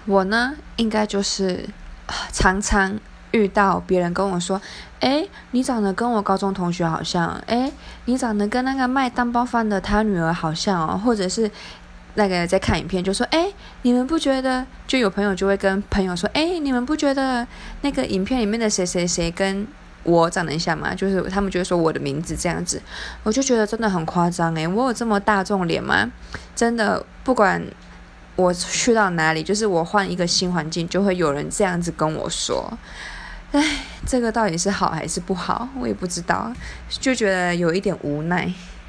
我呢，应该就是常常遇到别人跟我说，诶，你长得跟我高中同学好像，诶，你长得跟那个卖蛋包饭的他女儿好像哦，或者是那个在看影片就说，诶，你们不觉得？就有朋友就会跟朋友说，诶，你们不觉得那个影片里面的谁谁谁跟我长得像吗？就是他们就会说我的名字这样子，我就觉得真的很夸张诶，我有这么大众脸吗？真的不管我去到哪里，就是我换一个新环境，就会有人这样子跟我说。唉，这个到底是好还是不好，我也不知道，就觉得有一点无奈。